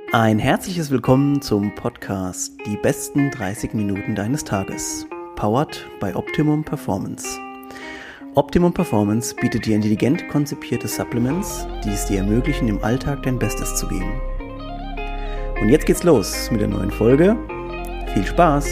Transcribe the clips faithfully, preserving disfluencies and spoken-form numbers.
Ein herzliches Willkommen zum Podcast Die besten dreißig Minuten deines Tages, powered by Optimum Performance. Optimum Performance bietet dir intelligent konzipierte Supplements, die es dir ermöglichen, im Alltag dein Bestes zu geben. Und jetzt geht's los mit der neuen Folge. Viel Spaß!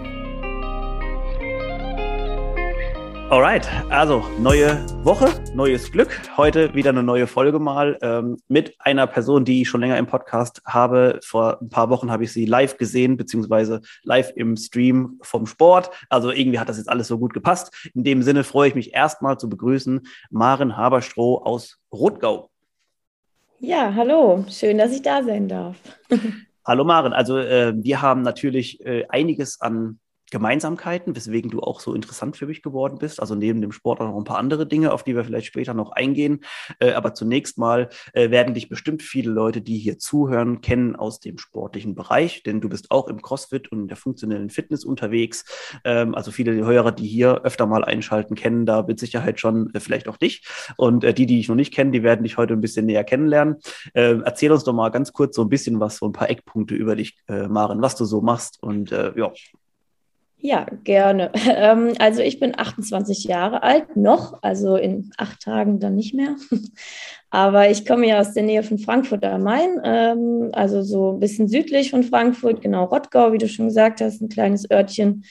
Alright, also neue Woche, neues Glück. Heute wieder eine neue Folge mal ähm, mit einer Person, die ich schon länger im Podcast habe. Vor ein paar Wochen habe ich sie live gesehen, beziehungsweise live im Stream vom Sport. Also irgendwie hat das jetzt alles so gut gepasst. In dem Sinne freue ich mich erstmal zu begrüßen Maren Haberstroh aus Rothgau. Ja, hallo, schön, dass ich da sein darf. Hallo Maren, also äh, wir haben natürlich äh, einiges an Gemeinsamkeiten, weswegen du auch so interessant für mich geworden bist. Also neben dem Sport auch noch ein paar andere Dinge, auf die wir vielleicht später noch eingehen. Äh, aber zunächst mal äh, werden dich bestimmt viele Leute, die hier zuhören, kennen aus dem sportlichen Bereich, denn du bist auch im CrossFit und in der funktionellen Fitness unterwegs. Ähm, also viele Hörer, die hier öfter mal einschalten, kennen da mit Sicherheit schon äh, vielleicht auch dich. Und äh, die, die ich noch nicht kenne, die werden dich heute ein bisschen näher kennenlernen. Äh, erzähl uns doch mal ganz kurz so ein bisschen was, so ein paar Eckpunkte über dich, äh, Maren, was du so machst und äh, ja. Ja, gerne. Ähm, also ich bin achtundzwanzig Jahre alt, noch, also in acht Tagen dann nicht mehr. Aber ich komme ja aus der Nähe von Frankfurt am Main, ähm, also so ein bisschen südlich von Frankfurt, genau Rothgau, wie du schon gesagt hast, ein kleines Örtchen.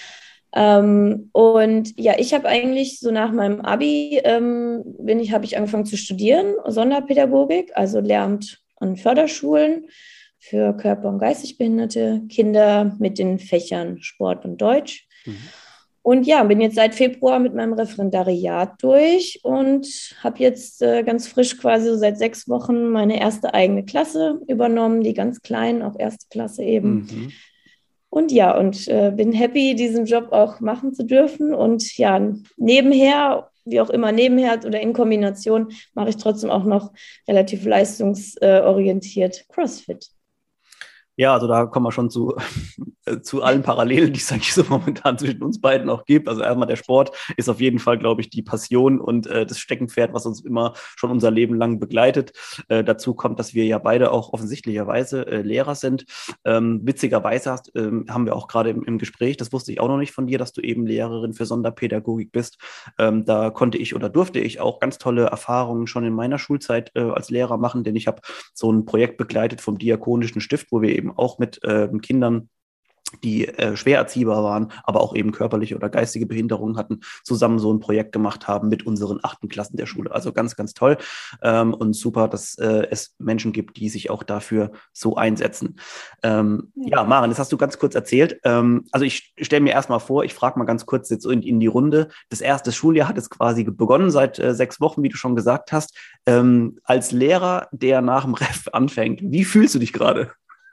Ähm, und ja, ich habe eigentlich so nach meinem Abi ähm, bin ich, habe ich angefangen zu studieren, Sonderpädagogik, also Lehramt an Förderschulen für körper- und geistig behinderte Kinder mit den Fächern Sport und Deutsch. Mhm. Und ja, bin jetzt seit Februar mit meinem Referendariat durch und habe jetzt äh, ganz frisch quasi so seit sechs Wochen meine erste eigene Klasse übernommen, die ganz kleinen, auch erste Klasse eben. Mhm. Und ja, und äh, bin happy, diesen Job auch machen zu dürfen. Und ja, nebenher, wie auch immer, nebenher oder in Kombination, mache ich trotzdem auch noch relativ leistungsorientiert CrossFit. Ja, also da kommen wir schon zu, äh, zu allen Parallelen, die es eigentlich so momentan zwischen uns beiden auch gibt. Also erstmal der Sport ist auf jeden Fall, glaube ich, die Passion und äh, das Steckenpferd, was uns immer schon unser Leben lang begleitet. Äh, dazu kommt, dass wir ja beide auch offensichtlicherweise äh, Lehrer sind. Ähm, witzigerweise hast, ähm, haben wir auch gerade im, im Gespräch, das wusste ich auch noch nicht von dir, dass du eben Lehrerin für Sonderpädagogik bist. Ähm, da konnte ich oder durfte ich auch ganz tolle Erfahrungen schon in meiner Schulzeit äh, als Lehrer machen, denn ich habe so ein Projekt begleitet vom Diakonischen Stift, wo wir eben auch mit äh, Kindern, die äh, schwer erziehbar waren, aber auch eben körperliche oder geistige Behinderungen hatten, zusammen so ein Projekt gemacht haben mit unseren achten Klassen der Schule. Also ganz, ganz toll ähm, und super, dass äh, es Menschen gibt, die sich auch dafür so einsetzen. Ähm, ja. ja, Maren, das hast du ganz kurz erzählt. Ähm, also ich stelle mir erstmal vor, ich frage mal ganz kurz jetzt so in, in die Runde. Das erste Schuljahr hat jetzt quasi begonnen, seit äh, sechs Wochen, wie du schon gesagt hast. Ähm, als Lehrer, der nach dem Ref anfängt, wie fühlst du dich gerade?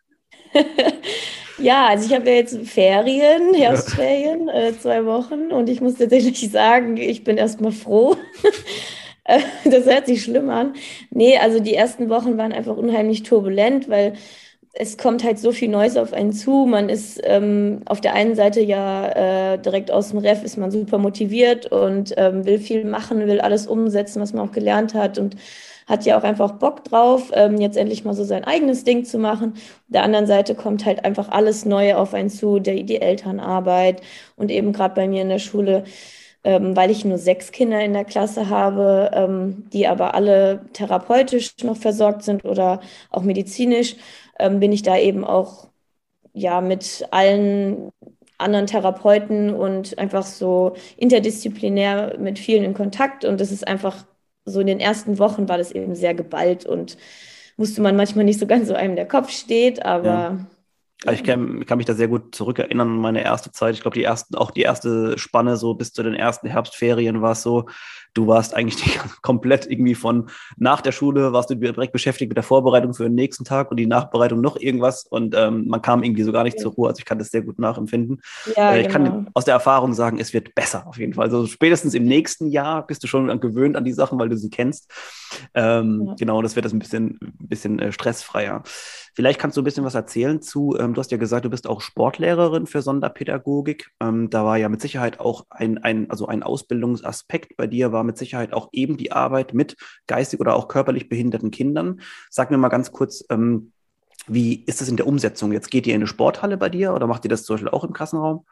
Ja, also ich habe ja jetzt Ferien, Herbstferien, äh, zwei Wochen und ich muss tatsächlich sagen, ich bin erstmal froh. Das hört sich schlimm an. Nee, also die ersten Wochen waren einfach unheimlich turbulent, weil es kommt halt so viel Neues auf einen zu. Man ist ähm, auf der einen Seite ja äh, direkt aus dem Ref ist man super motiviert und ähm, will viel machen, will alles umsetzen, was man auch gelernt hat und hat ja auch einfach Bock drauf, ähm, jetzt endlich mal so sein eigenes Ding zu machen. Auf der anderen Seite kommt halt einfach alles Neue auf einen zu, die, die Elternarbeit und eben gerade bei mir in der Schule, ähm, weil ich nur sechs Kinder in der Klasse habe, ähm, die aber alle therapeutisch noch versorgt sind oder auch medizinisch, ähm, bin ich da eben auch ja mit allen anderen Therapeuten und einfach so interdisziplinär mit vielen in Kontakt und das ist einfach so in den ersten Wochen war das eben sehr geballt und wusste man manchmal nicht so ganz, so einem der Kopf steht, aber ja. Also ich kann, kann mich da sehr gut zurückerinnern an meine erste Zeit. Ich glaube, die ersten, auch die erste Spanne so bis zu den ersten Herbstferien war es so, du warst eigentlich die, komplett irgendwie von nach der Schule, warst du direkt beschäftigt mit der Vorbereitung für den nächsten Tag und die Nachbereitung noch irgendwas und ähm, man kam irgendwie so gar nicht ja. zur Ruhe. Also ich kann das sehr gut nachempfinden. Ja, äh, ich genau. kann aus der Erfahrung sagen, es wird besser auf jeden Fall. Also spätestens im nächsten Jahr bist du schon gewöhnt an die Sachen, weil du sie kennst. Ähm, ja. Genau, das wird das ein bisschen, ein bisschen äh, stressfreier. Vielleicht kannst du ein bisschen was erzählen zu, ähm, du hast ja gesagt, du bist auch Sportlehrerin für Sonderpädagogik. Ähm, da war ja mit Sicherheit auch ein, ein, also ein Ausbildungsaspekt bei dir, war mit Sicherheit auch eben die Arbeit mit geistig oder auch körperlich behinderten Kindern. Sag mir mal ganz kurz, ähm, Wie ist das in der Umsetzung? Jetzt geht ihr in eine Sporthalle bei dir oder macht ihr das zum Beispiel auch im Klassenraum?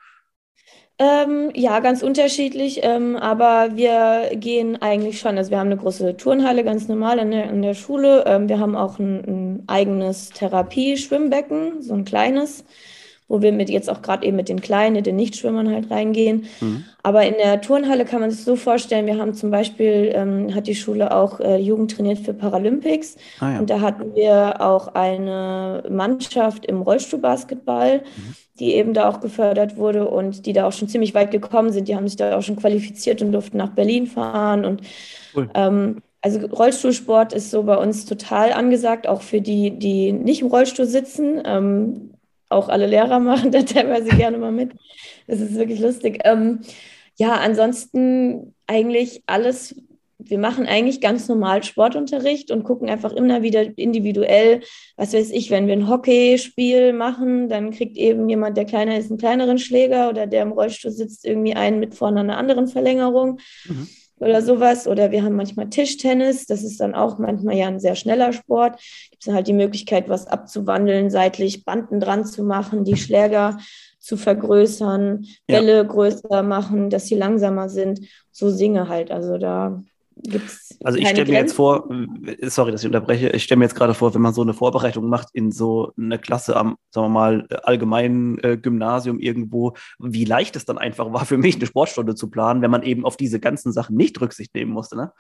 Ähm, ja, ganz unterschiedlich, ähm, aber wir gehen eigentlich schon. Also wir haben eine große Turnhalle, ganz normal in der, in der Schule. Ähm, wir haben auch ein, ein eigenes Therapie-Schwimmbecken, so ein kleines, wo wir mit jetzt auch gerade eben mit den Kleinen, mit den Nichtschwimmern halt reingehen. Mhm. Aber in der Turnhalle kann man sich so vorstellen, wir haben zum Beispiel, ähm, hat die Schule auch äh, Jugend trainiert für Paralympics. Ah ja. Und da hatten wir auch eine Mannschaft im Rollstuhlbasketball, Mhm. die eben da auch gefördert wurde und die da auch schon ziemlich weit gekommen sind. Die haben sich da auch schon qualifiziert und durften nach Berlin fahren. Und Cool. ähm, also Rollstuhlsport ist so bei uns total angesagt, auch für die, die nicht im Rollstuhl sitzen. Ähm, auch alle Lehrer machen da teilweise gerne mal mit. Das ist wirklich lustig. Ähm, ja, ansonsten eigentlich alles. Wir machen eigentlich ganz normal Sportunterricht und gucken einfach immer wieder individuell, was weiß ich, wenn wir ein Hockeyspiel machen, dann kriegt eben jemand, der kleiner ist, einen kleineren Schläger oder der im Rollstuhl sitzt, irgendwie einen mit vorne einer anderen Verlängerung Mhm. oder sowas. Oder wir haben manchmal Tischtennis, das ist dann auch manchmal ja ein sehr schneller Sport. Gibt es dann halt die Möglichkeit, was abzuwandeln, seitlich Banden dran zu machen, die Schläger zu vergrößern, Ja. Bälle größer machen, dass sie langsamer sind. So Singe halt. Also da gibt es Also ich keine stelle mir jetzt Grenzen. vor, äh, sorry, dass ich unterbreche, ich stelle mir jetzt gerade vor, wenn man so eine Vorbereitung macht in so eine Klasse am, sagen wir mal, äh, allgemeinen äh, Gymnasium irgendwo, wie leicht es dann einfach war für mich, eine Sportstunde zu planen, wenn man eben auf diese ganzen Sachen nicht Rücksicht nehmen musste, ne?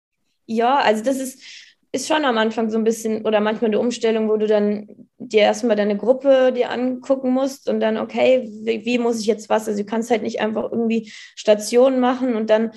Ja, also das ist, ist schon am Anfang so ein bisschen oder manchmal eine Umstellung, wo du dann dir erstmal deine Gruppe dir angucken musst und dann, okay, wie, wie muss ich jetzt was? Also du kannst halt nicht einfach irgendwie Stationen machen und dann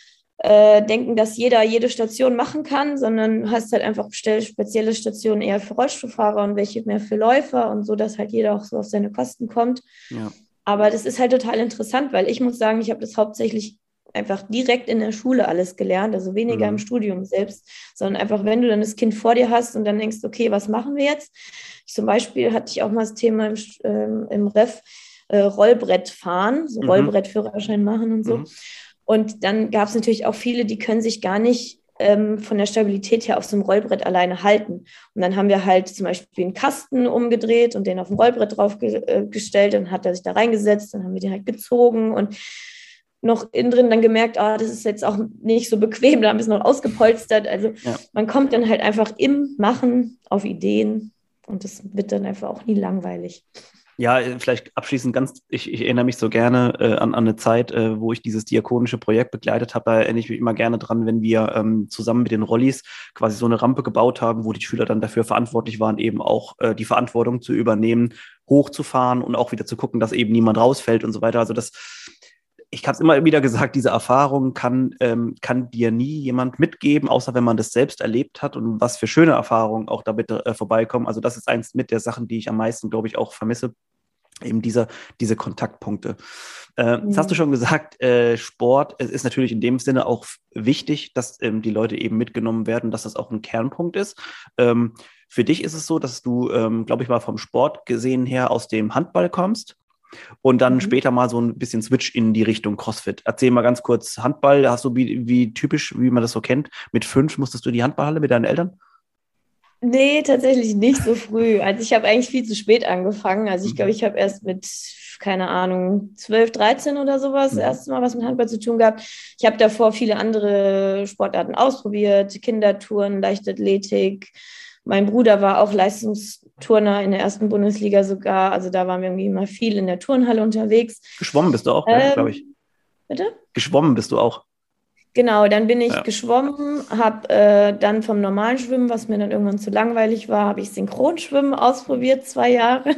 äh, denken, dass jeder jede Station machen kann, sondern hast halt einfach stell- spezielle Stationen eher für Rollstuhlfahrer und welche mehr für Läufer und so, dass halt jeder auch so auf seine Kosten kommt. Ja. Aber das ist halt total interessant, weil ich muss sagen, ich habe das hauptsächlich einfach direkt in der Schule alles gelernt, also weniger im Mhm. Studium selbst, sondern einfach, wenn du dann das Kind vor dir hast und dann denkst, okay, was machen wir jetzt? Ich, zum Beispiel hatte ich auch mal das Thema im, ähm, im Ref äh, Rollbrett fahren, so Mhm. Rollbrettführerschein machen und so. Mhm. Und dann gab es natürlich auch viele, die können sich gar nicht ähm, von der Stabilität her auf so einem Rollbrett alleine halten. Und dann haben wir halt zum Beispiel einen Kasten umgedreht und den auf dem Rollbrett drauf ge äh, gestellt. Dann hat er sich da reingesetzt, dann haben wir den halt gezogen und noch innen drin dann gemerkt, ah, das ist jetzt auch nicht so bequem, da haben wir es noch ausgepolstert. Also Ja. man kommt dann halt einfach im Machen auf Ideen und das wird dann einfach auch nie langweilig. Ja, äh, vielleicht abschließend ganz, ich, ich erinnere mich so gerne äh, an, an eine Zeit, äh, wo ich dieses diakonische Projekt begleitet habe. Da erinnere ich mich immer gerne dran, wenn wir ähm, zusammen mit den Rollis quasi so eine Rampe gebaut haben, wo die Schüler dann dafür verantwortlich waren, eben auch äh, die Verantwortung zu übernehmen, hochzufahren und auch wieder zu gucken, dass eben niemand rausfällt und so weiter. Also das, ich habe es immer wieder gesagt, diese Erfahrung kann, ähm, kann dir nie jemand mitgeben, außer wenn man das selbst erlebt hat und was für schöne Erfahrungen auch damit äh, vorbeikommen. Also das ist eins mit der Sachen, die ich am meisten, glaube ich, auch vermisse, eben diese, diese Kontaktpunkte. Äh, jetzt hast du Mhm. schon gesagt, äh, Sport, es ist natürlich in dem Sinne auch wichtig, dass ähm, die Leute eben mitgenommen werden, dass das auch ein Kernpunkt ist. Ähm, für dich ist es so, dass du, ähm, glaube ich mal, vom Sport gesehen her aus dem Handball kommst und dann Mhm. später mal so ein bisschen Switch in die Richtung CrossFit. Erzähl mal ganz kurz, Handball, hast du wie, wie typisch, wie man das so kennt, mit fünf musstest du in die Handballhalle mit deinen Eltern? Nee, tatsächlich nicht so früh. Also ich habe eigentlich viel zu spät angefangen. Also ich glaube, Mhm. ich habe erst mit, keine Ahnung, zwölf, dreizehn oder sowas das Mhm. erste Mal was mit Handball zu tun gehabt. Ich habe davor viele andere Sportarten ausprobiert, Kindertouren, Leichtathletik. Mein Bruder war auch Leistungsturner in der ersten Bundesliga sogar. Also da waren wir irgendwie immer viel in der Turnhalle unterwegs. Geschwommen bist du auch, gell, glaube ich. Ähm, bitte? Geschwommen bist du auch. Genau, dann bin ich Ja. geschwommen, habe äh, dann vom normalen Schwimmen, was mir dann irgendwann zu langweilig war, habe ich Synchronschwimmen ausprobiert, zwei Jahre.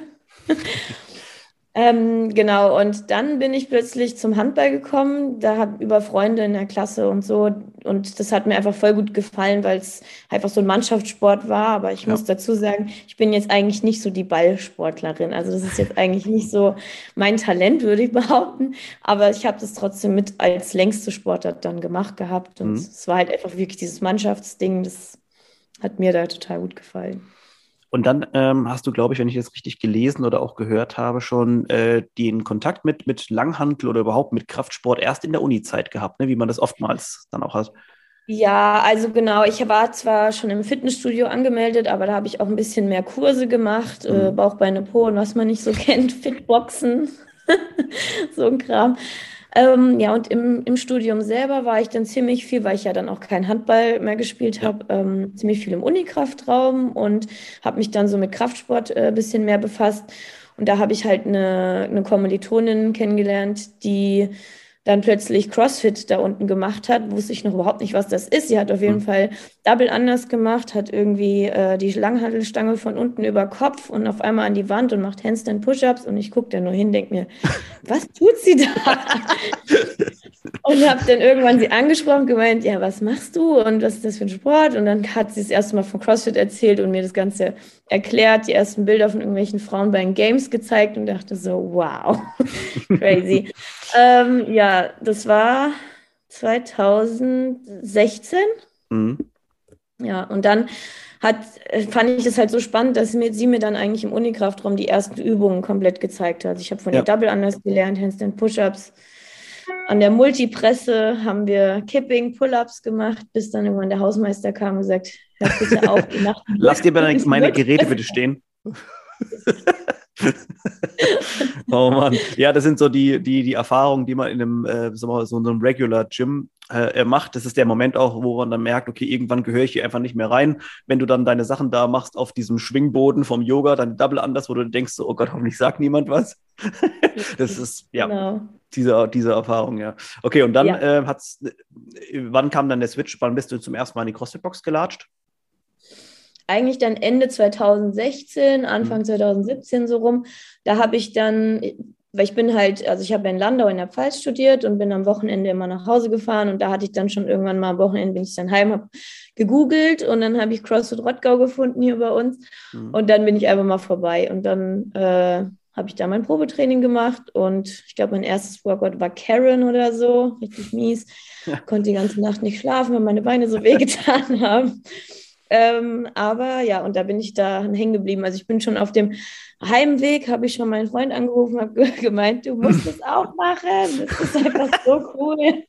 Ähm, genau, und dann bin ich plötzlich zum Handball gekommen, da habe über Freunde in der Klasse und so. Und das hat mir einfach voll gut gefallen, weil es einfach so ein Mannschaftssport war. Aber ich muss Ja. dazu sagen, ich bin jetzt eigentlich nicht so die Ballsportlerin. Also das ist jetzt eigentlich nicht so mein Talent, würde ich behaupten. Aber ich habe das trotzdem mit als längste Sportart dann gemacht gehabt. Und Mhm. es war halt einfach wirklich dieses Mannschaftsding, das hat mir da total gut gefallen. Und dann ähm, hast du, glaube ich, wenn ich das richtig gelesen oder auch gehört habe, schon äh, den Kontakt mit, mit Langhantel oder überhaupt mit Kraftsport erst in der Uni-Zeit gehabt, ne? Wie man das oftmals dann auch hat. Ja, also genau, ich war zwar schon im Fitnessstudio angemeldet, aber da habe ich auch ein bisschen mehr Kurse gemacht, äh, Mhm. Bauch, Beine, Po und was man nicht so kennt, Fitboxen, so ein Kram. Ähm, ja, und im, im Studium selber war ich dann ziemlich viel, weil ich ja dann auch kein Handball mehr gespielt Ja. habe, ähm, ziemlich viel im Unikraftraum und habe mich dann so mit Kraftsport äh, ein bisschen mehr befasst. Und da habe ich halt eine, eine Kommilitonin kennengelernt, die dann plötzlich CrossFit da unten gemacht hat. Wusste ich noch überhaupt nicht, was das ist. Sie hat auf jeden Mhm. Fall Double anders gemacht, hat irgendwie äh, die Langhantelstange von unten über Kopf und auf einmal an die Wand und macht Handstand Push-Ups. Und ich gucke da nur hin, denke mir, was tut sie da? Und habe dann irgendwann sie angesprochen, gemeint, ja, was machst du und was ist das für ein Sport? Und dann hat sie das erste Mal von CrossFit erzählt und mir das Ganze erklärt, die ersten Bilder von irgendwelchen Frauen bei den Games gezeigt und dachte so, wow, crazy. Ähm, ja, das war zwanzig sechzehn. Mhm. Ja, und dann hat, äh, fand ich es halt so spannend, dass sie mir, sie mir dann eigentlich im Unikraftraum die ersten Übungen komplett gezeigt hat. Also ich habe von ihr Ja. Double anders gelernt, Handstand Push-Ups. An der Multipresse haben wir Kipping, Pull-ups gemacht, bis dann irgendwann der Hausmeister kam und gesagt, hört bitte auf, ihr macht die Lass dir meine, die meine Geräte Multipresse. bitte stehen. Oh Mann. Ja, das sind so die, die, die Erfahrungen, die man in einem, äh, sagen wir mal, so einem Regular Gym äh, macht. Das ist der Moment auch, wo man dann merkt, okay, irgendwann gehöre ich hier einfach nicht mehr rein. Wenn du dann deine Sachen da machst auf diesem Schwingboden vom Yoga, dann Double anders, wo du denkst, so, oh Gott, hoffentlich sagt niemand was. Das ist, ja, Genau. diese, diese Erfahrung, ja. Okay, und dann Ja. äh, hat's, äh, wann kam dann der Switch? Wann bist du zum ersten Mal in die CrossFit-Box gelatscht? Eigentlich dann Ende zwanzig sechzehn, Hm. Anfang zwanzig siebzehn so rum. Da habe ich dann, weil ich bin halt, also ich habe in Landau in der Pfalz studiert und bin am Wochenende immer nach Hause gefahren und da hatte ich dann schon irgendwann mal am Wochenende bin ich dann heim, habe gegoogelt und dann habe ich CrossFit Rottgau gefunden hier bei uns Hm. und dann bin ich einfach mal vorbei und dann äh, habe ich da mein Probetraining gemacht und ich glaube, mein erstes Workout war Karen oder so, richtig mies. Konnte die ganze Nacht nicht schlafen, weil meine Beine so wehgetan haben. Ähm, aber ja, und da bin ich da hängen geblieben. Also ich bin schon auf dem Heimweg, habe ich schon meinen Freund angerufen, habe ge gemeint, du musst es auch machen. Das ist einfach so cool.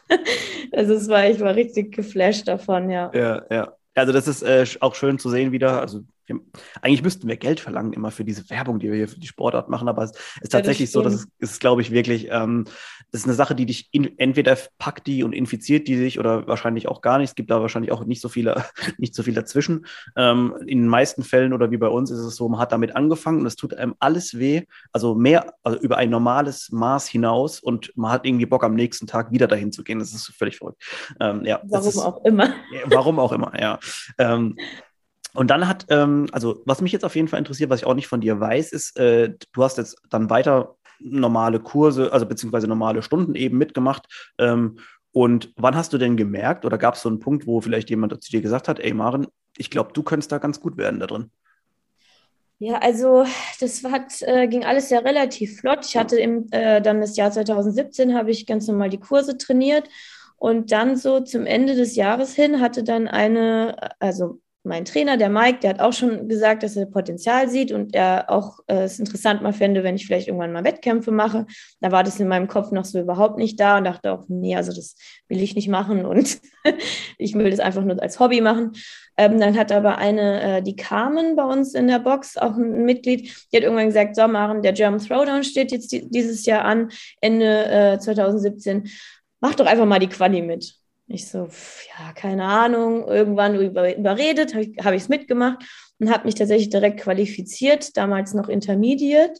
Also es war, ich war richtig geflasht davon, ja. Ja, ja. Also das ist äh, auch schön zu sehen wieder. Also wir, eigentlich müssten wir Geld verlangen immer für diese Werbung, die wir hier für die Sportart machen, aber es ist Ja, das tatsächlich so, dass stimmt. es ist, glaube ich, wirklich, ähm, das ist eine Sache, die dich in, entweder packt die und infiziert die sich oder wahrscheinlich auch gar nicht. Es gibt da wahrscheinlich auch nicht so viele, nicht so viel dazwischen. Ähm, in den meisten Fällen oder wie bei uns ist es so, man hat damit angefangen und es tut einem alles weh, also mehr, also über ein normales Maß hinaus und man hat irgendwie Bock am nächsten Tag wieder dahin zu gehen. Das ist völlig verrückt. Ähm, ja, das Warum ist auch immer. ja, warum auch immer, ja. Ähm, und dann hat, ähm, also was mich jetzt auf jeden Fall interessiert, was ich auch nicht von dir weiß, ist, äh, du hast jetzt dann weiter normale Kurse, also beziehungsweise normale Stunden eben mitgemacht. Ähm, und wann hast du denn gemerkt oder gab es so einen Punkt, wo vielleicht jemand zu dir gesagt hat, ey Maren, ich glaube, du könntest da ganz gut werden da drin? Ja, also das hat, äh, ging alles ja relativ flott. Ich hatte im, äh, dann das Jahr zwanzig siebzehn habe ich ganz normal die Kurse trainiert und dann so zum Ende des Jahres hin hatte dann eine, also mein Trainer, der Mike, der hat auch schon gesagt, dass er Potenzial sieht und er auch äh, es interessant mal fände, wenn ich vielleicht irgendwann mal Wettkämpfe mache. Da war das in meinem Kopf noch so überhaupt nicht da und dachte auch, nee, also das will ich nicht machen und ich will das einfach nur als Hobby machen. Ähm, dann hat aber eine, äh, die Carmen bei uns in der Box, auch ein Mitglied, die hat irgendwann gesagt, so Maren, der German Throwdown steht jetzt die, dieses Jahr an, Ende äh, zwanzig siebzehn. Mach doch einfach mal die Quali mit. Ich so, pf, ja, keine Ahnung, irgendwann über, überredet, habe ich es hab mitgemacht und habe mich tatsächlich direkt qualifiziert, damals noch Intermediate.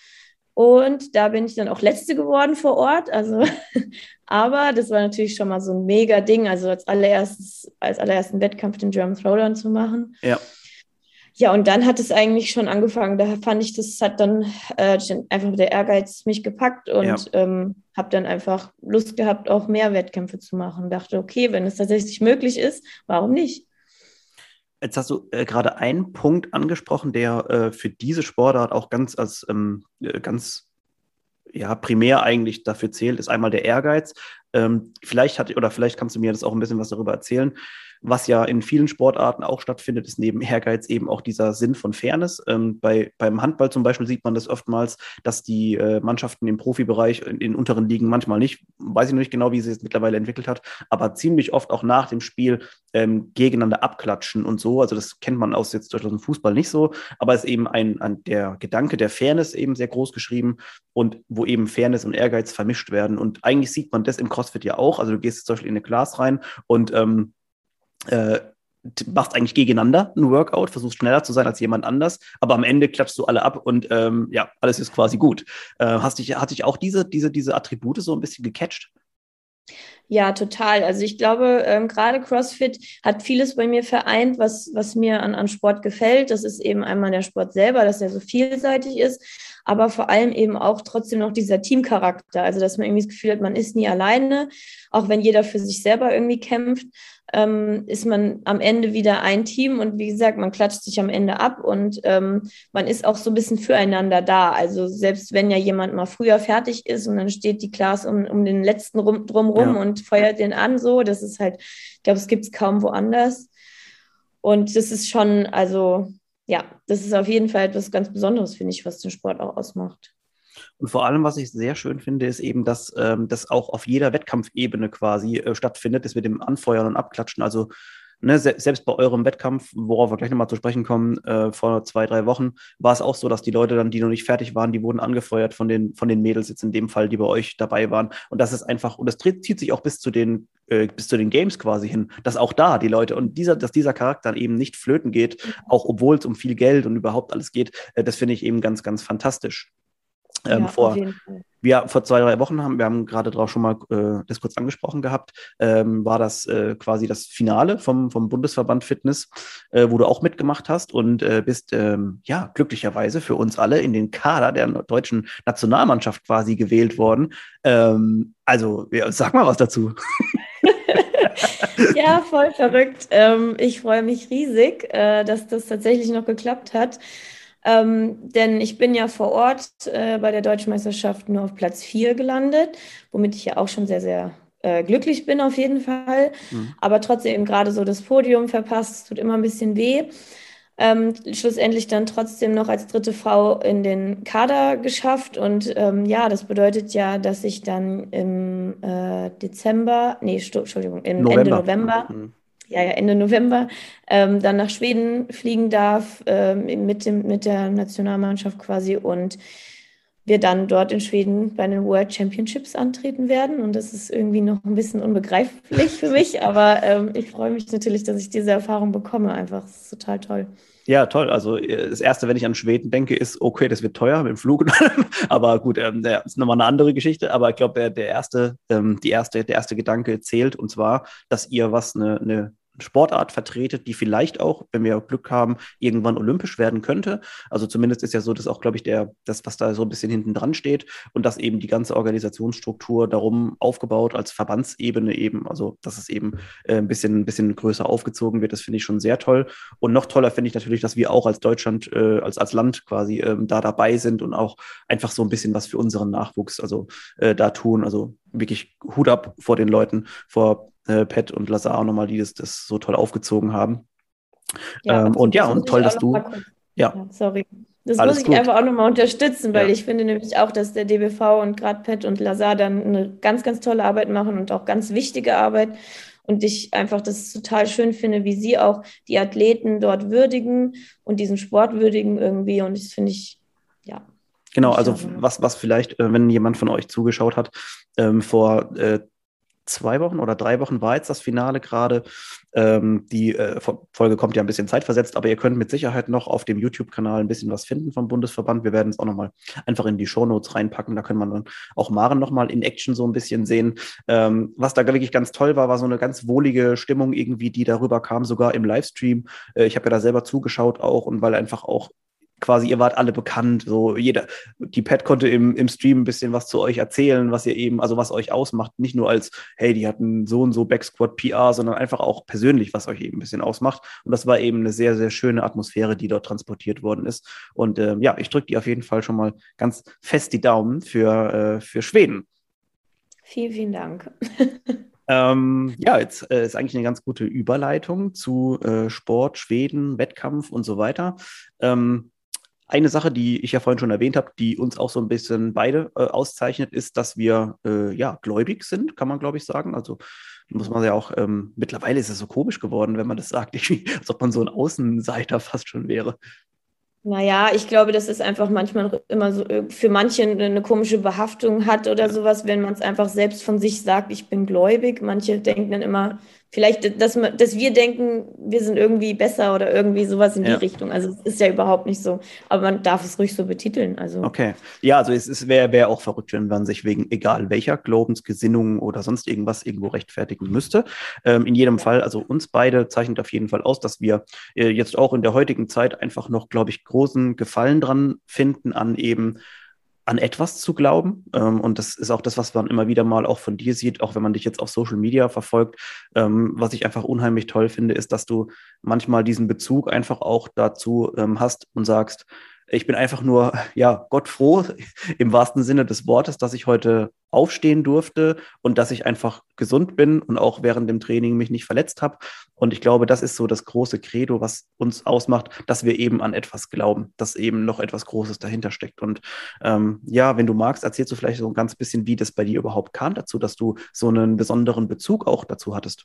Und da bin ich dann auch Letzte geworden vor Ort. Also, aber das war natürlich schon mal so ein mega Ding, also als allererstes, als allerersten Wettkampf den German Throwdown zu machen. Ja. Ja, und dann hat es eigentlich schon angefangen. Da fand ich, das hat dann äh, einfach der Ehrgeiz mich gepackt Ja. und ähm, habe dann einfach Lust gehabt, auch mehr Wettkämpfe zu machen. Dachte, okay, wenn es tatsächlich möglich ist, warum nicht? Jetzt hast du äh, gerade einen Punkt angesprochen, der äh, für diese Sportart auch ganz als ähm, äh, ganz ja, primär eigentlich dafür zählt, ist einmal der Ehrgeiz. Ähm, vielleicht hat, oder vielleicht kannst du mir das auch ein bisschen was darüber erzählen. Was ja in vielen Sportarten auch stattfindet, ist neben Ehrgeiz eben auch dieser Sinn von Fairness. Ähm, bei, beim Handball zum Beispiel sieht man das oftmals, dass die äh, Mannschaften im Profibereich in, in unteren Ligen manchmal nicht, weiß ich noch nicht genau, wie sie es mittlerweile entwickelt hat, aber ziemlich oft auch nach dem Spiel ähm, gegeneinander abklatschen und so. Also das kennt man aus jetzt durch den Fußball nicht so, aber es ist eben ein, ein der Gedanke der Fairness eben sehr groß geschrieben und wo eben Fairness und Ehrgeiz vermischt werden. Und eigentlich sieht man das im CrossFit ja auch. Also du gehst zum Beispiel in eine Class rein und ähm, äh, machst eigentlich gegeneinander ein Workout, versuchst schneller zu sein als jemand anders, aber am Ende klatschst du alle ab und ähm, ja, alles ist quasi gut. Äh, hast dich, hat dich auch diese, diese, diese Attribute so ein bisschen gecatcht? Ja, total. Also ich glaube, ähm, gerade CrossFit hat vieles bei mir vereint, was, was mir an, an Sport gefällt. Das ist eben einmal der Sport selber, dass er so vielseitig ist, aber vor allem eben auch trotzdem noch dieser Teamcharakter. Also dass man irgendwie das Gefühl hat, man ist nie alleine, auch wenn jeder für sich selber irgendwie kämpft, ähm, ist man am Ende wieder ein Team und wie gesagt, man klatscht sich am Ende ab und ähm, man ist auch so ein bisschen füreinander da. Also selbst wenn ja jemand mal früher fertig ist und dann steht die Class um, um den letzten rum, drumrum Ja. und feuert den an, so, das ist halt, ich glaube, es gibt es kaum woanders. Und das ist schon, also ja, das ist auf jeden Fall etwas ganz Besonderes, finde ich, was den Sport auch ausmacht. Und vor allem, was ich sehr schön finde, ist eben, dass ähm, das auch auf jeder Wettkampfebene quasi äh, stattfindet, das mit dem Anfeuern und Abklatschen. Also ne, se selbst bei eurem Wettkampf, worauf wir gleich nochmal zu sprechen kommen, äh, vor zwei, drei Wochen, war es auch so, dass die Leute dann, die noch nicht fertig waren, die wurden angefeuert von den, von den Mädels jetzt in dem Fall, die bei euch dabei waren. Und das ist einfach, und das zieht sich auch bis zu den, äh, bis zu den Games quasi hin, dass auch da die Leute und dieser, dass dieser Charakter eben nicht flöten geht, auch obwohl es um viel Geld und überhaupt alles geht, äh, das finde ich eben ganz, ganz fantastisch. Ähm, Ja, auf vor, jeden Fall. wir vor zwei, drei Wochen haben, wir haben gerade drauf schon mal äh, das kurz angesprochen gehabt, ähm, war das äh, quasi das Finale vom, vom Bundesverband Fitness, äh, wo du auch mitgemacht hast und äh, bist ähm, ja glücklicherweise für uns alle in den Kader der deutschen Nationalmannschaft quasi gewählt worden. Ähm, also, ja, sag mal was dazu. Ja, voll verrückt. Ähm, ich freue mich riesig, äh, dass das tatsächlich noch geklappt hat. Ähm, denn ich bin ja vor Ort äh, bei der Deutschen Meisterschaft nur auf Platz vier gelandet, womit ich ja auch schon sehr, sehr äh, glücklich bin auf jeden Fall. Mhm. Aber trotzdem eben gerade so das Podium verpasst, es tut immer ein bisschen weh. Ähm, schlussendlich dann trotzdem noch als dritte Frau in den Kader geschafft. Und ähm, ja, das bedeutet ja, dass ich dann im äh, Dezember, nee, Sto- Entschuldigung, im Ende November. November, Mhm. ja, ja, Ende November, ähm, dann nach Schweden fliegen darf, ähm, mit dem, mit der Nationalmannschaft quasi und wir dann dort in Schweden bei den World Championships antreten werden. Und das ist irgendwie noch ein bisschen unbegreiflich für mich, aber ähm, ich freue mich natürlich, dass ich diese Erfahrung bekomme. Einfach, das ist total toll. Ja, toll. Also äh, das Erste, wenn ich an Schweden denke, ist, okay, das wird teuer mit dem Flug. Aber gut, ähm, der ist nochmal eine andere Geschichte. Aber ich glaube, der, der erste, ähm, die erste, der erste Gedanke zählt. Und zwar, dass ihr was, eine, eine Sportart vertretet, die vielleicht auch, wenn wir Glück haben, irgendwann olympisch werden könnte. Also zumindest ist ja so, dass auch, glaube ich, der, das, was da so ein bisschen hinten dran steht und dass eben die ganze Organisationsstruktur darum aufgebaut als Verbandsebene eben, also dass es eben äh, ein bisschen, ein bisschen größer aufgezogen wird, das finde ich schon sehr toll. Und noch toller finde ich natürlich, dass wir auch als Deutschland, äh, als, als Land quasi ähm, da dabei sind und auch einfach so ein bisschen was für unseren Nachwuchs also äh, da tun. Also wirklich Hut ab vor den Leuten, vor äh, Pat und Lazar nochmal, die das, das so toll aufgezogen haben. Ja, Ähm, und absolut. ja, Das und muss toll, ich auch dass noch mal du, kurz. ja, Ja, sorry. Das muss alles ich gut. einfach auch nochmal unterstützen, weil Ja. ich finde nämlich auch, dass der D B V und gerade Pat und Lazar dann eine ganz, ganz tolle Arbeit machen und auch ganz wichtige Arbeit. Und ich einfach das total schön finde, wie sie auch die Athleten dort würdigen und diesen Sport würdigen irgendwie. Und das finde ich, ja, Genau, muss ich also auch nochmal. was, was vielleicht, äh, wenn jemand von euch zugeschaut hat, ähm, vor äh, zwei Wochen oder drei Wochen war jetzt das Finale gerade. Ähm, die äh, Folge kommt ja ein bisschen zeitversetzt, aber ihr könnt mit Sicherheit noch auf dem YouTube-Kanal ein bisschen was finden vom Bundesverband. Wir werden es auch nochmal einfach in die Shownotes reinpacken. Da kann man dann auch Maren nochmal in Action so ein bisschen sehen. Ähm, was da wirklich ganz toll war, war so eine ganz wohlige Stimmung irgendwie, die darüber kam, sogar im Livestream. Äh, ich habe ja da selber zugeschaut auch und weil einfach auch quasi, ihr wart alle bekannt, so jeder, die Pat konnte im, im Stream ein bisschen was zu euch erzählen, was ihr eben, also was euch ausmacht, nicht nur als, hey, die hatten so und so Backsquad P R, sondern einfach auch persönlich, was euch eben ein bisschen ausmacht. Und das war eben eine sehr, sehr schöne Atmosphäre, die dort transportiert worden ist. Und ähm, ja, ich drücke dir auf jeden Fall schon mal ganz fest die Daumen für, äh, für Schweden. Vielen, vielen Dank. Ähm, ja, jetzt äh, ist eigentlich eine ganz gute Überleitung zu äh, Sport, Schweden, Wettkampf und so weiter. Ähm, Eine Sache, die ich ja vorhin schon erwähnt habe, die uns auch so ein bisschen beide äh, auszeichnet, ist, dass wir äh, ja gläubig sind, kann man glaube ich sagen. Also muss man ja auch, ähm, mittlerweile ist es so komisch geworden, wenn man das sagt, irgendwie, als ob man so ein Außenseiter fast schon wäre. Naja, ich glaube, dass es einfach manchmal noch immer so äh, für manche eine komische Behaftung hat oder Ja. sowas, wenn man es einfach selbst von sich sagt, ich bin gläubig. Manche denken dann immer, vielleicht, dass, man, dass wir denken, wir sind irgendwie besser oder irgendwie sowas in die Ja. Richtung. Also es ist ja überhaupt nicht so, aber man darf es ruhig so betiteln. Also. Okay. Ja, also es, es wäre wär auch verrückt, wenn man sich wegen egal welcher Glaubensgesinnung oder sonst irgendwas irgendwo rechtfertigen müsste. Ähm, in jedem Fall, also uns beide zeichnet auf jeden Fall aus, dass wir äh, jetzt auch in der heutigen Zeit einfach noch, glaube ich, großen Gefallen dran finden, an eben an etwas zu glauben. Ähm, und das ist auch das, was man immer wieder mal auch von dir sieht, auch wenn man dich jetzt auf Social Media verfolgt. Ähm, was ich einfach unheimlich toll finde, ist, dass du manchmal diesen Bezug einfach auch dazu ähm, hast und sagst, ich bin einfach nur, ja, Gott froh im wahrsten Sinne des Wortes, dass ich heute aufstehen durfte und dass ich einfach gesund bin und auch während dem Training mich nicht verletzt habe. Und ich glaube, das ist so das große Credo, was uns ausmacht, dass wir eben an etwas glauben, dass eben noch etwas Großes dahinter steckt. Und ähm, ja, wenn du magst, erzählst du vielleicht so ein ganz bisschen, wie das bei dir überhaupt kam dazu, dass du so einen besonderen Bezug auch dazu hattest.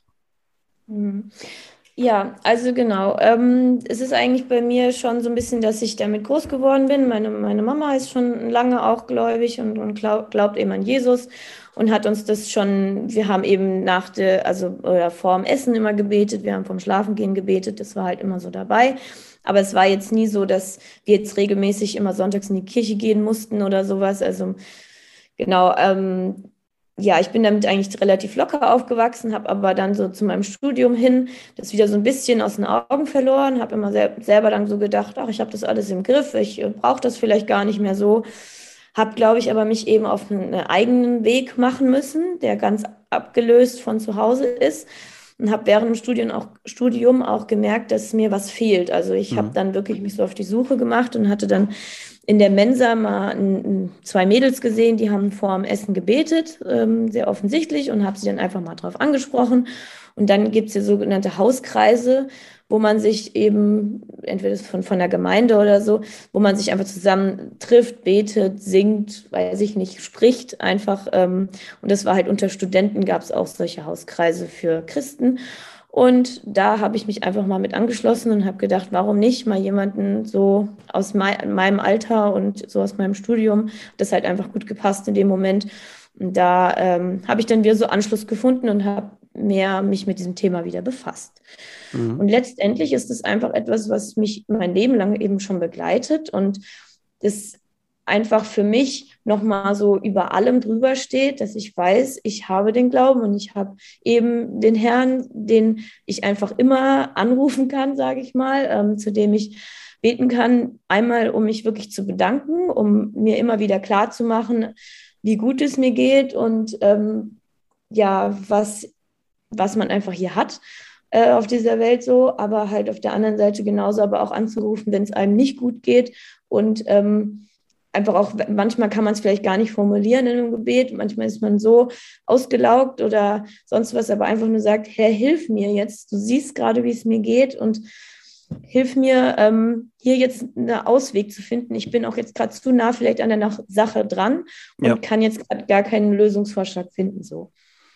Mhm. Ja, also genau. Ähm, es ist eigentlich bei mir schon so ein bisschen, dass ich damit groß geworden bin. Meine, meine Mama ist schon lange auch gläubig und, und glaub, glaubt eben an Jesus und hat uns das schon, wir haben eben nach der, also oder vor dem Essen immer gebetet, wir haben vorm Schlafengehen gebetet, das war halt immer so dabei. Aber es war jetzt nie so, dass wir jetzt regelmäßig immer sonntags in die Kirche gehen mussten oder sowas. Also genau, ähm, ja, ich bin damit eigentlich relativ locker aufgewachsen, habe aber dann so zu meinem Studium hin das wieder so ein bisschen aus den Augen verloren, habe immer sel selber dann so gedacht, ach, ich habe das alles im Griff, ich äh, brauche das vielleicht gar nicht mehr so. Habe, glaube ich, aber mich eben auf einen eigenen Weg machen müssen, der ganz abgelöst von zu Hause ist. Und habe während dem Studium auch, Studium auch gemerkt, dass mir was fehlt. Also ich habe Mhm. dann wirklich mich so auf die Suche gemacht und hatte dann in der Mensa mal ein, ein, zwei Mädels gesehen, die haben vor dem Essen gebetet, ähm, sehr offensichtlich, und habe sie dann einfach mal drauf angesprochen. Und dann gibt es ja sogenannte Hauskreise, wo man sich eben, entweder von, von der Gemeinde oder so, wo man sich einfach zusammen trifft, betet, singt, weiß ich nicht, spricht einfach. Ähm, und das war halt unter Studenten, gab es auch solche Hauskreise für Christen. Und da habe ich mich einfach mal mit angeschlossen und habe gedacht, warum nicht mal jemanden so aus mei meinem Alter und so aus meinem Studium, das halt einfach gut gepasst in dem Moment. Und da ähm, habe ich dann wieder so Anschluss gefunden und habe mehr mich mit diesem Thema wieder befasst. Und Mhm. letztendlich ist es einfach etwas, was mich mein Leben lang eben schon begleitet und das einfach für mich nochmal so über allem drüber steht, dass ich weiß, ich habe den Glauben und ich habe eben den Herrn, den ich einfach immer anrufen kann, sage ich mal, ähm, zu dem ich beten kann, einmal um mich wirklich zu bedanken, um mir immer wieder klar zu machen, wie gut es mir geht und ähm, ja, was, was man einfach hier hat äh, auf dieser Welt so, aber halt auf der anderen Seite genauso aber auch anzurufen, wenn es einem nicht gut geht und ähm, einfach auch, manchmal kann man es vielleicht gar nicht formulieren in einem Gebet, manchmal ist man so ausgelaugt oder sonst was, aber einfach nur sagt, Herr, hilf mir jetzt, du siehst gerade, wie es mir geht und hilf mir, ähm, hier jetzt einen Ausweg zu finden. Ich bin auch jetzt gerade zu nah vielleicht an der Sache dran Ja. und kann jetzt gerade gar keinen Lösungsvorschlag finden. So.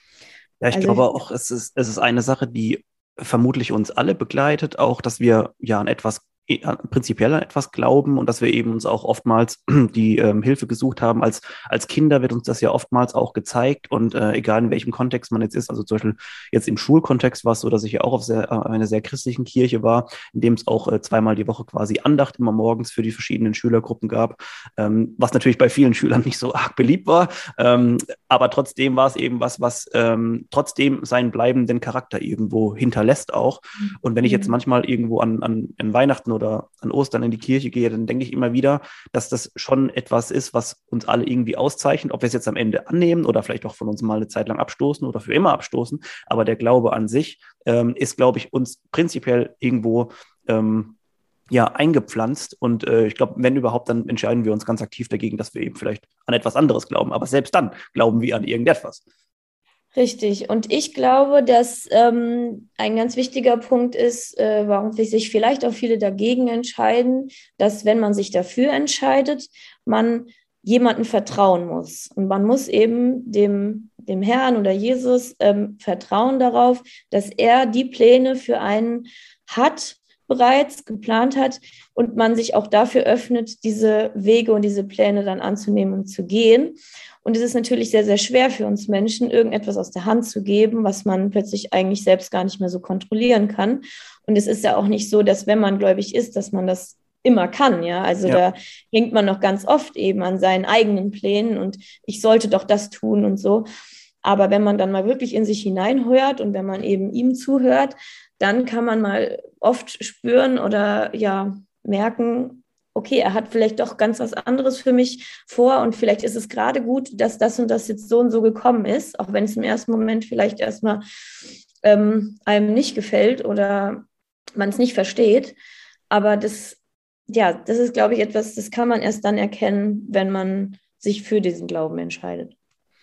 Ja, ich Also glaube auch, es ist, es ist eine Sache, die vermutlich uns alle begleitet, auch, dass wir ja an etwas, eh, an- prinzipiell an etwas glauben und dass wir eben uns auch oftmals die ähm, Hilfe gesucht haben. Als, als Kinder wird uns das ja oftmals auch gezeigt und äh, egal in welchem Kontext man jetzt ist, also zum Beispiel jetzt im Schulkontext war es so, dass ich ja auch auf sehr, äh, einer sehr christlichen Kirche war, in dem es auch äh, zweimal die Woche quasi Andacht immer morgens für die verschiedenen Schülergruppen gab, ähm, was natürlich bei vielen Schülern nicht so arg beliebt war. Ähm, aber trotzdem war es eben was, was ähm, trotzdem seinen bleibenden Charakter irgendwo hinterlässt auch. Und wenn ich jetzt mhm. manchmal irgendwo an, an, an Weihnachten oder an Ostern in die Kirche gehe, dann denke ich immer wieder, dass das schon etwas ist, was uns alle irgendwie auszeichnet, ob wir es jetzt am Ende annehmen oder vielleicht auch von uns mal eine Zeit lang abstoßen oder für immer abstoßen. Aber der Glaube an sich ähm, ist, glaube ich, uns prinzipiell irgendwo ähm, ja, eingepflanzt. Und äh, ich glaube, wenn überhaupt, dann entscheiden wir uns ganz aktiv dagegen, dass wir eben vielleicht an etwas anderes glauben. Aber selbst dann glauben wir an irgendetwas. Richtig. Und ich glaube, dass ähm, ein ganz wichtiger Punkt ist, äh, warum sich vielleicht auch viele dagegen entscheiden, dass wenn man sich dafür entscheidet, man jemandem vertrauen muss. Und man muss eben dem, dem Herrn oder Jesus ähm, vertrauen darauf, dass er die Pläne für einen hat, bereits geplant hat und man sich auch dafür öffnet, diese Wege und diese Pläne dann anzunehmen und zu gehen. Und es ist natürlich sehr, sehr schwer für uns Menschen, irgendetwas aus der Hand zu geben, was man plötzlich eigentlich selbst gar nicht mehr so kontrollieren kann. Und es ist ja auch nicht so, dass wenn man gläubig ist, dass man das immer kann, ja. Also ja. Da hängt man noch ganz oft eben an seinen eigenen Plänen und ich sollte doch das tun und so. Aber wenn man dann mal wirklich in sich hineinhört und wenn man eben ihm zuhört, dann kann man mal oft spüren oder ja merken, okay, er hat vielleicht doch ganz was anderes für mich vor und vielleicht ist es gerade gut, dass das und das jetzt so und so gekommen ist, auch wenn es im ersten Moment vielleicht erstmal ähm, einem nicht gefällt oder man es nicht versteht. Aber das, ja, das ist, glaube ich, etwas, das kann man erst dann erkennen, wenn man sich für diesen Glauben entscheidet.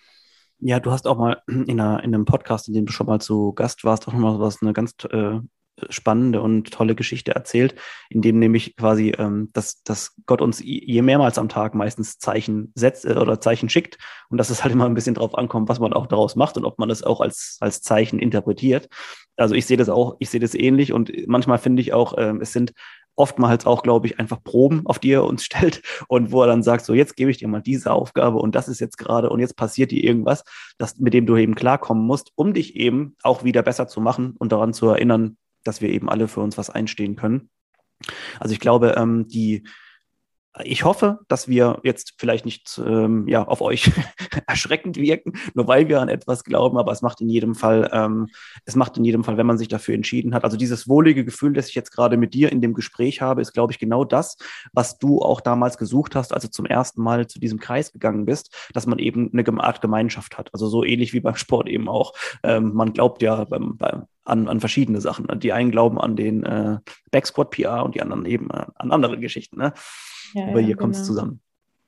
Ja, du hast auch mal in, einer, in einem Podcast, in dem du schon mal zu Gast warst, auch nochmal was, eine ganz äh, spannende und tolle Geschichte erzählt, in dem nämlich quasi, ähm, dass, dass Gott uns je mehrmals am Tag meistens Zeichen setzt äh, oder Zeichen schickt und dass es halt immer ein bisschen drauf ankommt, was man auch daraus macht und ob man das auch als, als Zeichen interpretiert. Also ich sehe das auch, ich sehe das ähnlich und manchmal finde ich auch, äh, es sind oftmals auch, glaube ich, einfach Proben, auf die er uns stellt und wo er dann sagt, so jetzt gebe ich dir mal diese Aufgabe und das ist jetzt gerade und jetzt passiert dir irgendwas, das, mit dem du eben klarkommen musst, um dich eben auch wieder besser zu machen und daran zu erinnern, dass wir eben alle für uns was einstehen können. Also ich glaube, ähm, die Ich hoffe, dass wir jetzt vielleicht nicht ähm, ja, auf euch erschreckend wirken, nur weil wir an etwas glauben, aber es macht in jedem Fall, ähm, es macht in jedem Fall, wenn man sich dafür entschieden hat. Also dieses wohlige Gefühl, das ich jetzt gerade mit dir in dem Gespräch habe, ist, glaube ich, genau das, was du auch damals gesucht hast, als du zum ersten Mal zu diesem Kreis gegangen bist, dass man eben eine Art Gemeinschaft hat. Also so ähnlich wie beim Sport eben auch. Ähm, man glaubt ja beim, beim An, an verschiedene Sachen. Die einen glauben an den äh, Backsquat P R und die anderen eben äh, an andere Geschichten. Ne? Ja, Aber ja, hier kommt es genau. zusammen.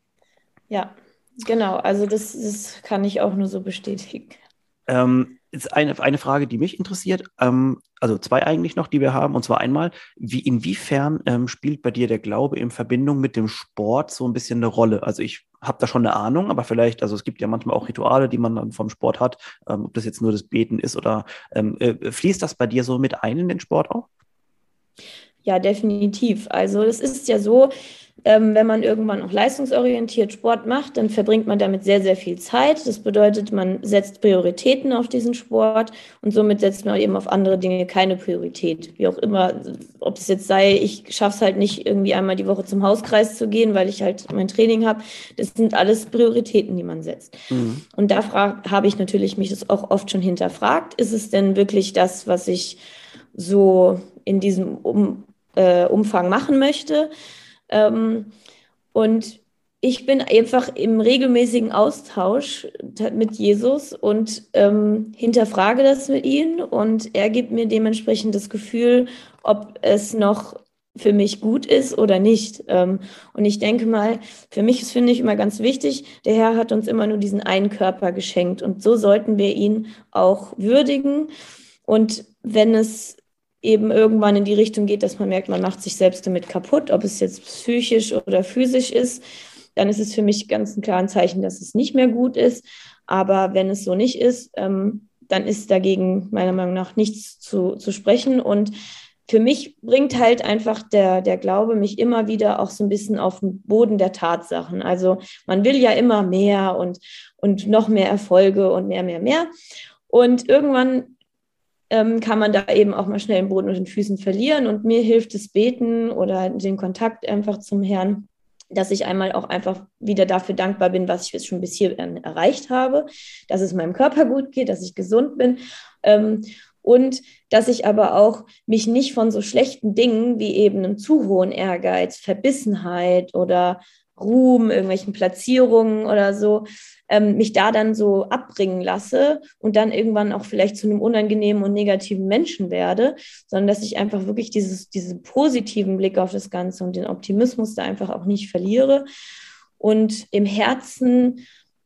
Ja, genau. Also das, das kann ich auch nur so bestätigen. Ähm, ist eine, eine Frage, die mich interessiert, ähm, also zwei eigentlich noch, die wir haben, und zwar einmal, wie, inwiefern ähm, spielt bei dir der Glaube in Verbindung mit dem Sport so ein bisschen eine Rolle? Also ich habe da schon eine Ahnung, aber vielleicht, also es gibt ja manchmal auch Rituale, die man dann vom Sport hat, ähm, ob das jetzt nur das Beten ist oder ähm, äh, fließt das bei dir so mit ein in den Sport auch? Ja, definitiv. Also es ist ja so, ähm, wenn man irgendwann auch leistungsorientiert Sport macht, dann verbringt man damit sehr, sehr viel Zeit. Das bedeutet, man setzt Prioritäten auf diesen Sport und somit setzt man eben auf andere Dinge keine Priorität. Wie auch immer, ob es jetzt sei, ich schaffe es halt nicht, irgendwie einmal die Woche zum Hauskreis zu gehen, weil ich halt mein Training habe. Das sind alles Prioritäten, die man setzt. Mhm. Und da habe ich natürlich mich das auch oft schon hinterfragt. Ist es denn wirklich das, was ich so in diesem um Äh, Umfang machen möchte. Ähm, und ich bin einfach im regelmäßigen Austausch mit Jesus und ähm, hinterfrage das mit ihm und er gibt mir dementsprechend das Gefühl, ob es noch für mich gut ist oder nicht. Ähm, und ich denke mal, für mich ist, finde ich, immer ganz wichtig, der Herr hat uns immer nur diesen einen Körper geschenkt und so sollten wir ihn auch würdigen. Und wenn es eben irgendwann in die Richtung geht, dass man merkt, man macht sich selbst damit kaputt, ob es jetzt psychisch oder physisch ist, dann ist es für mich ganz ein klares Zeichen, dass es nicht mehr gut ist. Aber wenn es so nicht ist, ähm, dann ist dagegen meiner Meinung nach nichts zu, zu sprechen. Und für mich bringt halt einfach der, der Glaube mich immer wieder auch so ein bisschen auf den Boden der Tatsachen. Also man will ja immer mehr und, und noch mehr Erfolge und mehr, mehr, mehr. Und irgendwann kann man da eben auch mal schnell den Boden unter den Füßen verlieren. Und mir hilft das Beten oder den Kontakt einfach zum Herrn, dass ich einmal auch einfach wieder dafür dankbar bin, was ich jetzt schon bis hier erreicht habe, dass es meinem Körper gut geht, dass ich gesund bin. Und dass ich aber auch mich nicht von so schlechten Dingen wie eben einem zu hohen Ehrgeiz, Verbissenheit oder Ruhm, irgendwelchen Platzierungen oder so, ähm, mich da dann so abbringen lasse und dann irgendwann auch vielleicht zu einem unangenehmen und negativen Menschen werde, sondern dass ich einfach wirklich dieses, diesen positiven Blick auf das Ganze und den Optimismus da einfach auch nicht verliere und im Herzen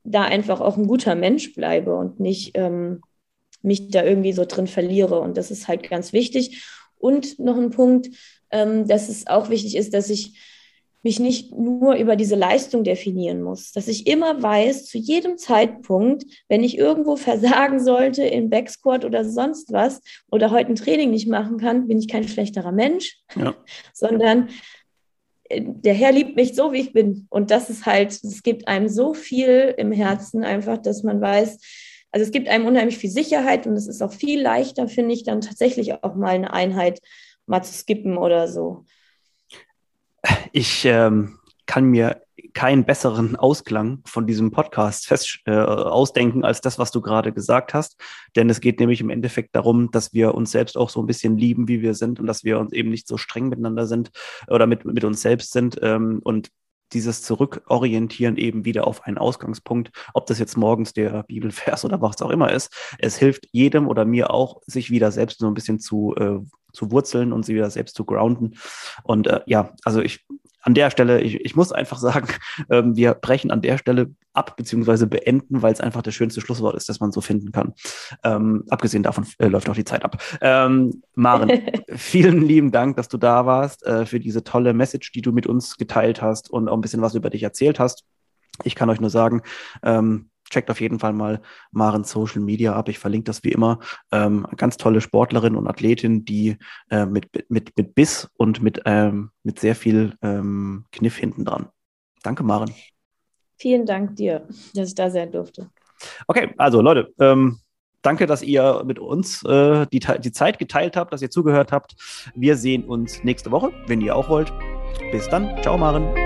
da einfach auch ein guter Mensch bleibe und nicht ähm, mich da irgendwie so drin verliere. Und das ist halt ganz wichtig. Und noch ein Punkt, ähm, dass es auch wichtig ist, dass ich mich nicht nur über diese Leistung definieren muss, dass ich immer weiß, zu jedem Zeitpunkt, wenn ich irgendwo versagen sollte im Backsquat oder sonst was oder heute ein Training nicht machen kann, bin ich kein schlechterer Mensch, ja. sondern der Herr liebt mich so, wie ich bin. Und das ist halt, es gibt einem so viel im Herzen einfach, dass man weiß, also es gibt einem unheimlich viel Sicherheit und es ist auch viel leichter, finde ich, dann tatsächlich auch mal eine Einheit mal zu skippen oder so. Ich ähm, kann mir keinen besseren Ausklang von diesem Podcast fest äh, ausdenken als das, was du gerade gesagt hast. Denn es geht nämlich im Endeffekt darum, dass wir uns selbst auch so ein bisschen lieben, wie wir sind und dass wir uns eben nicht so streng miteinander sind oder mit, mit uns selbst sind. Ähm, und dieses Zurückorientieren eben wieder auf einen Ausgangspunkt, ob das jetzt morgens der Bibelvers oder was auch immer ist. Es hilft jedem oder mir auch, sich wieder selbst so ein bisschen zu, äh, zu wurzeln und sie wieder selbst zu grounden. Und äh, ja, also ich an der Stelle, ich, ich muss einfach sagen, ähm, wir brechen an der Stelle ab beziehungsweise beenden, weil es einfach das schönste Schlusswort ist, das man so finden kann. Ähm, abgesehen davon äh, läuft auch die Zeit ab. Ähm, Maren, vielen lieben Dank, dass du da warst, äh, für diese tolle Message, die du mit uns geteilt hast und auch ein bisschen was über dich erzählt hast. Ich kann euch nur sagen, ähm, checkt auf jeden Fall mal Marens Social Media ab. Ich verlinke das wie immer. Ähm, ganz tolle Sportlerin und Athletin, die äh, mit, mit, mit Biss und mit, ähm, mit sehr viel ähm, Kniff hinten dran. Danke, Maren. Vielen Dank dir, dass ich da sein durfte. Okay, also Leute, ähm, danke, dass ihr mit uns äh, die, die Zeit geteilt habt, dass ihr zugehört habt. Wir sehen uns nächste Woche, wenn ihr auch wollt. Bis dann. Ciao, Maren.